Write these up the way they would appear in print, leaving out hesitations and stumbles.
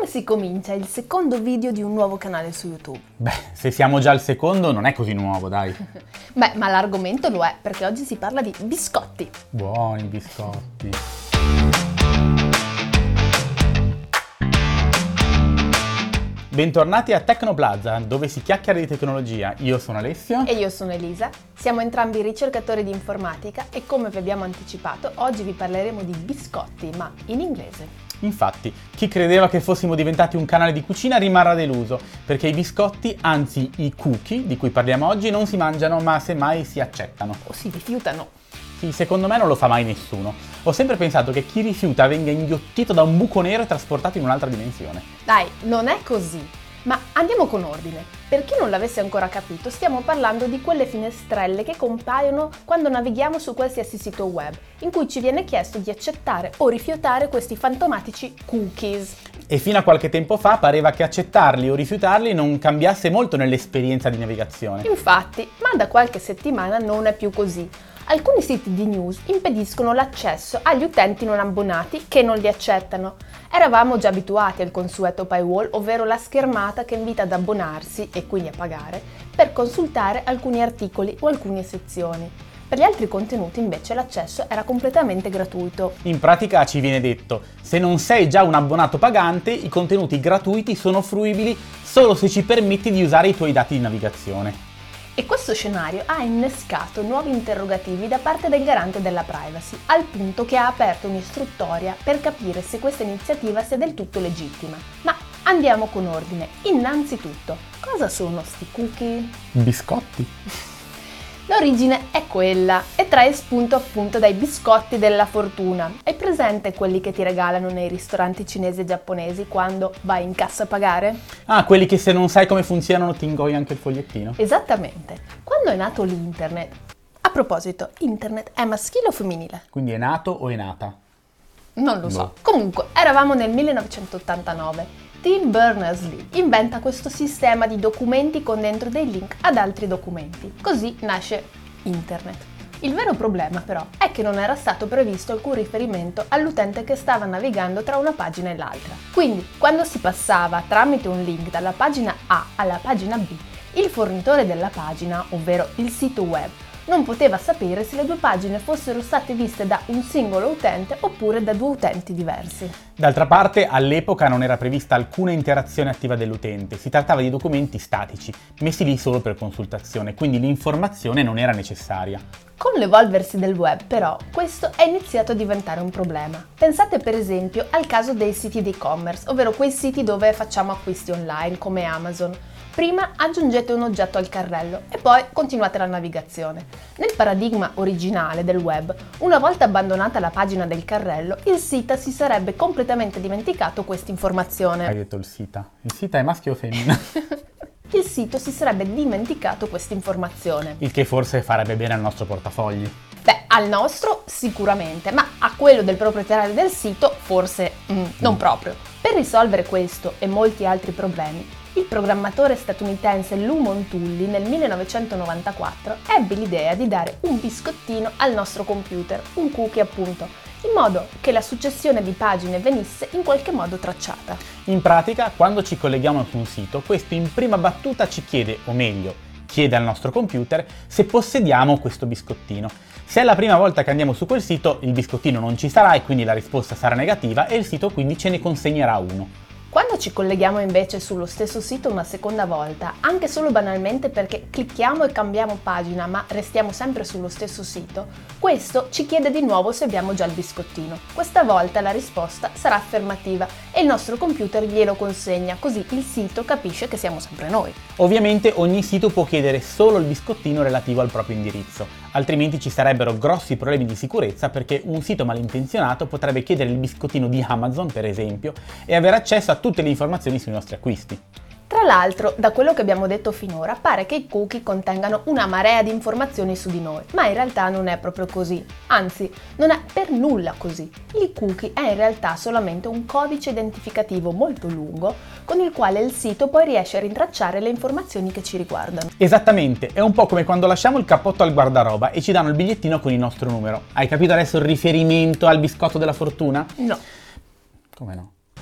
come si comincia il secondo video di un nuovo canale su YouTube? Beh, se siamo già al secondo non è così nuovo, dai. Beh, ma l'argomento lo è, perché oggi si parla di biscotti. Buoni biscotti. Bentornati a Tecnoplaza, dove si chiacchiera di tecnologia. Io sono Alessio. E io sono Elisa. Siamo entrambi ricercatori di informatica e, come vi abbiamo anticipato, oggi vi parleremo di biscotti, ma in inglese. Infatti, chi credeva che fossimo diventati un canale di cucina rimarrà deluso, perché i biscotti, anzi i cookie, di cui parliamo oggi, non si mangiano, ma semmai si accettano. O si rifiutano. Sì, secondo me non lo fa mai nessuno. Ho sempre pensato che chi rifiuta venga inghiottito da un buco nero e trasportato in un'altra dimensione. Dai, non è così. Ma andiamo con ordine. Per chi non l'avesse ancora capito, stiamo parlando di quelle finestrelle che compaiono quando navighiamo su qualsiasi sito web, in cui ci viene chiesto di accettare o rifiutare questi fantomatici cookies. E fino a qualche tempo fa pareva che accettarli o rifiutarli non cambiasse molto nell'esperienza di navigazione. Infatti, ma da qualche settimana non è più così. Alcuni siti di news impediscono l'accesso agli utenti non abbonati che non li accettano. Eravamo già abituati al consueto paywall, ovvero la schermata che invita ad abbonarsi e quindi a pagare per consultare alcuni articoli o alcune sezioni. Per gli altri contenuti invece l'accesso era completamente gratuito. In pratica ci viene detto: se non sei già un abbonato pagante, i contenuti gratuiti sono fruibili solo se ci permetti di usare i tuoi dati di navigazione. E questo scenario ha innescato nuovi interrogativi da parte del garante della privacy, al punto che ha aperto un'istruttoria per capire se questa iniziativa sia del tutto legittima. Ma andiamo con ordine. Innanzitutto, cosa sono sti cookie? Biscotti? L'origine è quella e trae spunto appunto dai biscotti della fortuna. Hai presente quelli che ti regalano nei ristoranti cinesi e giapponesi quando vai in cassa a pagare? Ah, quelli che se non sai come funzionano ti ingoi anche il fogliettino. Esattamente. Quando è nato l'internet? A proposito, internet è maschile o femminile? Quindi è nato o è nata? Non lo so. Comunque, eravamo nel 1989. Tim Berners-Lee inventa questo sistema di documenti con dentro dei link ad altri documenti. Così nasce Internet. Il vero problema però è che non era stato previsto alcun riferimento all'utente che stava navigando tra una pagina e l'altra. Quindi, quando si passava tramite un link dalla pagina A alla pagina B, il fornitore della pagina, ovvero il sito web, non poteva sapere se le due pagine fossero state viste da un singolo utente oppure da due utenti diversi. D'altra parte, all'epoca non era prevista alcuna interazione attiva dell'utente, si trattava di documenti statici, messi lì solo per consultazione, quindi l'informazione non era necessaria. Con l'evolversi del web, però, questo è iniziato a diventare un problema. Pensate per esempio al caso dei siti di e-commerce, ovvero quei siti dove facciamo acquisti online come Amazon. Prima aggiungete un oggetto al carrello e poi continuate la navigazione. Nel paradigma originale del web, una volta abbandonata la pagina del carrello, il sito si sarebbe completamente dimenticato questa informazione. Hai detto il sita. Il sita è maschio o femmina? Il sito si sarebbe dimenticato questa informazione. Il che forse farebbe bene al nostro portafogli. Beh, al nostro sicuramente, ma a quello del proprietario del sito forse non proprio. Per risolvere questo e molti altri problemi, il programmatore statunitense Lou Montulli nel 1994 ebbe l'idea di dare un biscottino al nostro computer, un cookie appunto, in modo che la successione di pagine venisse in qualche modo tracciata. In pratica, quando ci colleghiamo su un sito, questo in prima battuta ci chiede, o meglio, chiede al nostro computer se possediamo questo biscottino. Se è la prima volta che andiamo su quel sito, il biscottino non ci sarà e quindi la risposta sarà negativa e il sito quindi ce ne consegnerà uno. Quando ci colleghiamo invece sullo stesso sito una seconda volta, anche solo banalmente perché clicchiamo e cambiamo pagina ma restiamo sempre sullo stesso sito, questo ci chiede di nuovo se abbiamo già il biscottino. Questa volta la risposta sarà affermativa e il nostro computer glielo consegna, così il sito capisce che siamo sempre noi. Ovviamente ogni sito può chiedere solo il biscottino relativo al proprio indirizzo, altrimenti ci sarebbero grossi problemi di sicurezza perché un sito malintenzionato potrebbe chiedere il biscottino di Amazon, per esempio, e avere accesso a tutte le informazioni sui nostri acquisti. Tra l'altro, da quello che abbiamo detto finora, pare che i cookie contengano una marea di informazioni su di noi, ma in realtà non è proprio così. Anzi, non è per nulla così. Il cookie è in realtà solamente un codice identificativo molto lungo con il quale il sito poi riesce a rintracciare le informazioni che ci riguardano. Esattamente, è un po' come quando lasciamo il cappotto al guardaroba e ci danno il bigliettino con il nostro numero. Hai capito adesso il riferimento al biscotto della fortuna? No. Come no?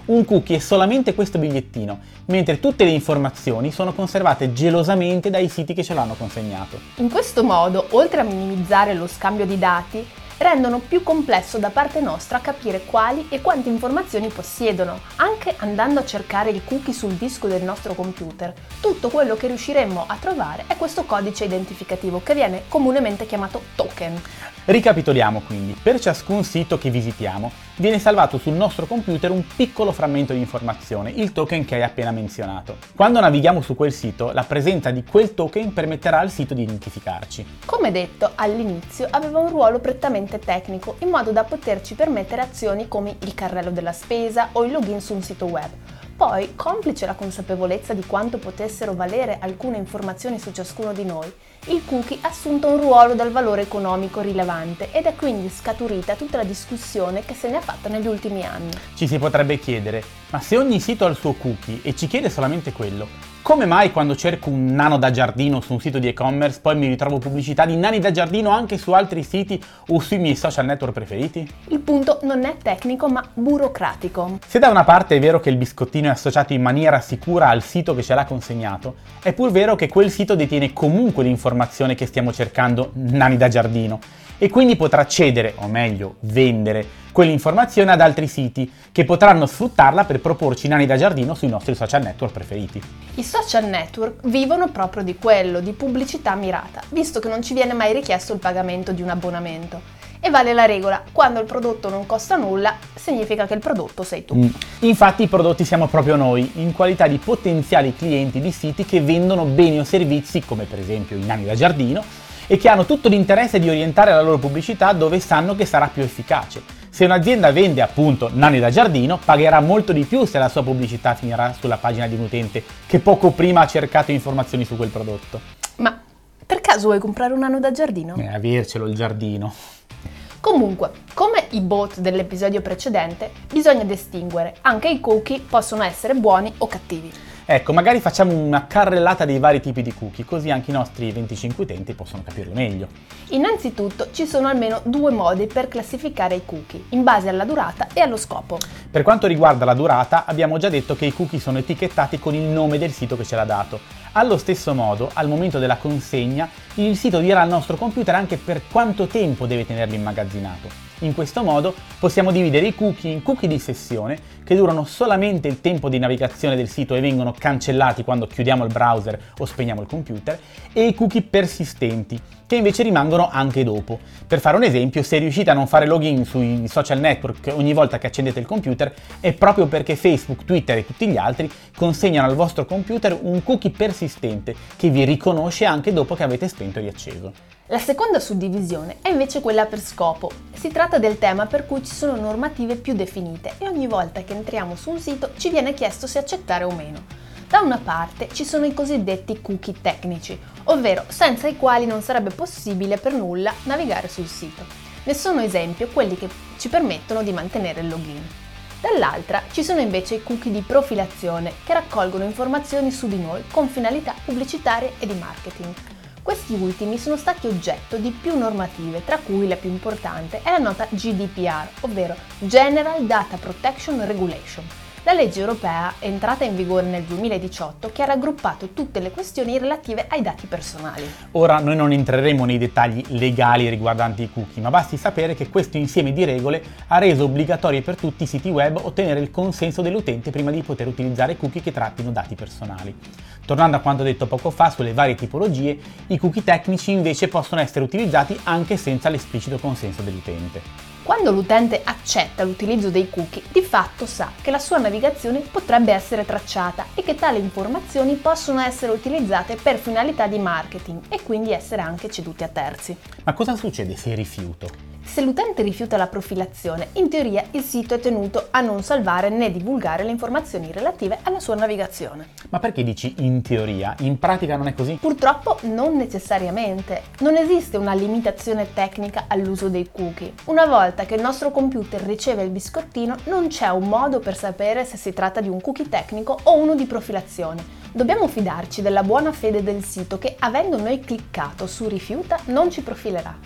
Un cookie è solamente questo bigliettino, mentre tutte le informazioni sono conservate gelosamente dai siti che ce l'hanno consegnato. In questo modo, oltre a minimizzare lo scambio di dati, rendono più complesso da parte nostra capire quali e quante informazioni possiedono. Anche andando a cercare il cookie sul disco del nostro computer, tutto quello che riusciremmo a trovare è questo codice identificativo che viene comunemente chiamato token. Ricapitoliamo quindi, per ciascun sito che visitiamo viene salvato sul nostro computer un piccolo frammento di informazione, il token che hai appena menzionato. Quando navighiamo su quel sito, la presenza di quel token permetterà al sito di identificarci. Come detto, all'inizio aveva un ruolo prettamente tecnico, in modo da poterci permettere azioni come il carrello della spesa o il login su un sito web. Poi, complice la consapevolezza di quanto potessero valere alcune informazioni su ciascuno di noi, il cookie ha assunto un ruolo dal valore economico rilevante ed è quindi scaturita tutta la discussione che se ne è fatta negli ultimi anni. Ci si potrebbe chiedere, ma se ogni sito ha il suo cookie e ci chiede solamente quello, come mai quando cerco un nano da giardino su un sito di e-commerce poi mi ritrovo pubblicità di nani da giardino anche su altri siti o sui miei social network preferiti? Il punto non è tecnico ma burocratico. Se da una parte è vero che il biscottino è associato in maniera sicura al sito che ce l'ha consegnato, è pur vero che quel sito detiene comunque l'informazione che stiamo cercando, nani da giardino, e quindi potrà cedere, o meglio, vendere, quell'informazione ad altri siti che potranno sfruttarla per proporci nani da giardino sui nostri social network preferiti. I social network vivono proprio di quello, di pubblicità mirata, visto che non ci viene mai richiesto il pagamento di un abbonamento. E vale la regola, quando il prodotto non costa nulla, significa che il prodotto sei tu. Infatti i prodotti siamo proprio noi, in qualità di potenziali clienti di siti che vendono beni o servizi, come per esempio i nani da giardino, e che hanno tutto l'interesse di orientare la loro pubblicità dove sanno che sarà più efficace. Se un'azienda vende appunto nani da giardino, pagherà molto di più se la sua pubblicità finirà sulla pagina di un utente che poco prima ha cercato informazioni su quel prodotto. Ma per caso vuoi comprare un nano da giardino? Avercelo il giardino. Comunque, come i bot dell'episodio precedente, bisogna distinguere, anche i cookie possono essere buoni o cattivi. Ecco, magari facciamo una carrellata dei vari tipi di cookie, così anche i nostri 25 utenti possono capirlo meglio. Innanzitutto ci sono almeno due modi per classificare i cookie, in base alla durata e allo scopo. Per quanto riguarda la durata, abbiamo già detto che i cookie sono etichettati con il nome del sito che ce l'ha dato. Allo stesso modo, al momento della consegna, il sito dirà al nostro computer anche per quanto tempo deve tenerlo immagazzinato. In questo modo possiamo dividere i cookie in cookie di sessione, che durano solamente il tempo di navigazione del sito e vengono cancellati quando chiudiamo il browser o spegniamo il computer, e i cookie persistenti, che invece rimangono anche dopo. Per fare un esempio, se riuscite a non fare login sui social network ogni volta che accendete il computer, è proprio perché Facebook, Twitter e tutti gli altri consegnano al vostro computer un cookie persistente che vi riconosce anche dopo che avete spento e riacceso. La seconda suddivisione è invece quella per scopo. Si tratta del tema per cui ci sono normative più definite e ogni volta che entriamo su un sito ci viene chiesto se accettare o meno. Da una parte ci sono i cosiddetti cookie tecnici, ovvero senza i quali non sarebbe possibile per nulla navigare sul sito. Ne sono esempio quelli che ci permettono di mantenere il login. Dall'altra ci sono invece i cookie di profilazione che raccolgono informazioni su di noi con finalità pubblicitarie e di marketing. Questi ultimi sono stati oggetto di più normative, tra cui la più importante è la nota GDPR, ovvero General Data Protection Regulation. La legge europea è entrata in vigore nel 2018 che ha raggruppato tutte le questioni relative ai dati personali. Ora noi non entreremo nei dettagli legali riguardanti i cookie, ma basti sapere che questo insieme di regole ha reso obbligatorio per tutti i siti web ottenere il consenso dell'utente prima di poter utilizzare cookie che trattino dati personali. Tornando a quanto detto poco fa sulle varie tipologie, i cookie tecnici invece possono essere utilizzati anche senza l'esplicito consenso dell'utente. Quando l'utente accetta l'utilizzo dei cookie, di fatto sa che la sua navigazione potrebbe essere tracciata e che tali informazioni possono essere utilizzate per finalità di marketing e quindi essere anche cedute a terzi. Ma cosa succede se rifiuto? Se l'utente rifiuta la profilazione, in teoria il sito è tenuto a non salvare né divulgare le informazioni relative alla sua navigazione. Ma perché dici in teoria? In pratica non è così? Purtroppo non necessariamente. Non esiste una limitazione tecnica all'uso dei cookie. Una volta che il nostro computer riceve il biscottino, non c'è un modo per sapere se si tratta di un cookie tecnico o uno di profilazione. Dobbiamo fidarci della buona fede del sito che, avendo noi cliccato su rifiuta, non ci profilerà. È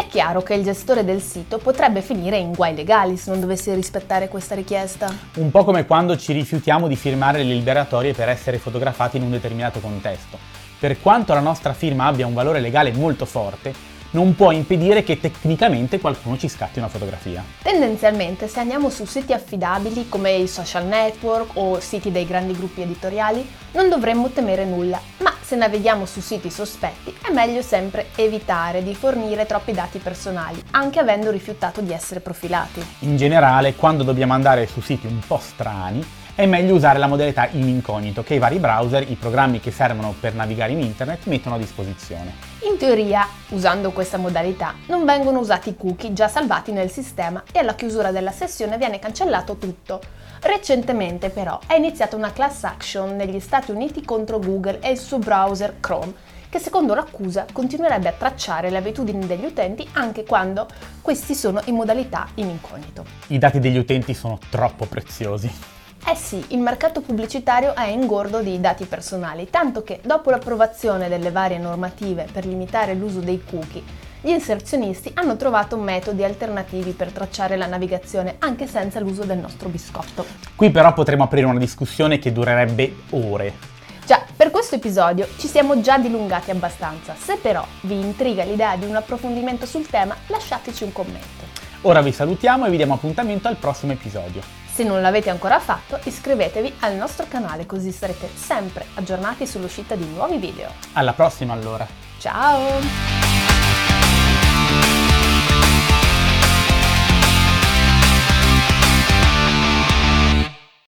È chiaro che il gestore del sito potrebbe finire in guai legali se non dovesse rispettare questa richiesta. Un po' come quando ci rifiutiamo di firmare le liberatorie per essere fotografati in un determinato contesto. Per quanto la nostra firma abbia un valore legale molto forte, non può impedire che tecnicamente qualcuno ci scatti una fotografia. Tendenzialmente, se andiamo su siti affidabili come i social network o siti dei grandi gruppi editoriali, non dovremmo temere nulla, ma se navighiamo su siti sospetti è meglio sempre evitare di fornire troppi dati personali, anche avendo rifiutato di essere profilati. In generale, quando dobbiamo andare su siti un po' strani, è meglio usare la modalità in incognito che i vari browser, i programmi che servono per navigare in internet, mettono a disposizione. In teoria, usando questa modalità, non vengono usati i cookie già salvati nel sistema e alla chiusura della sessione viene cancellato tutto. Recentemente però è iniziata una class action negli Stati Uniti contro Google e il suo browser Chrome, che secondo l'accusa continuerebbe a tracciare le abitudini degli utenti anche quando questi sono in modalità in incognito. I dati degli utenti sono troppo preziosi. Eh sì, il mercato pubblicitario è ingordo di dati personali, tanto che dopo l'approvazione delle varie normative per limitare l'uso dei cookie, gli inserzionisti hanno trovato metodi alternativi per tracciare la navigazione anche senza l'uso del nostro biscotto. Qui però potremo aprire una discussione che durerebbe ore. Già, per questo episodio ci siamo già dilungati abbastanza, se però vi intriga l'idea di un approfondimento sul tema, lasciateci un commento. Ora vi salutiamo e vi diamo appuntamento al prossimo episodio. Se non l'avete ancora fatto, iscrivetevi al nostro canale così sarete sempre aggiornati sull'uscita di nuovi video. Alla prossima allora! Ciao!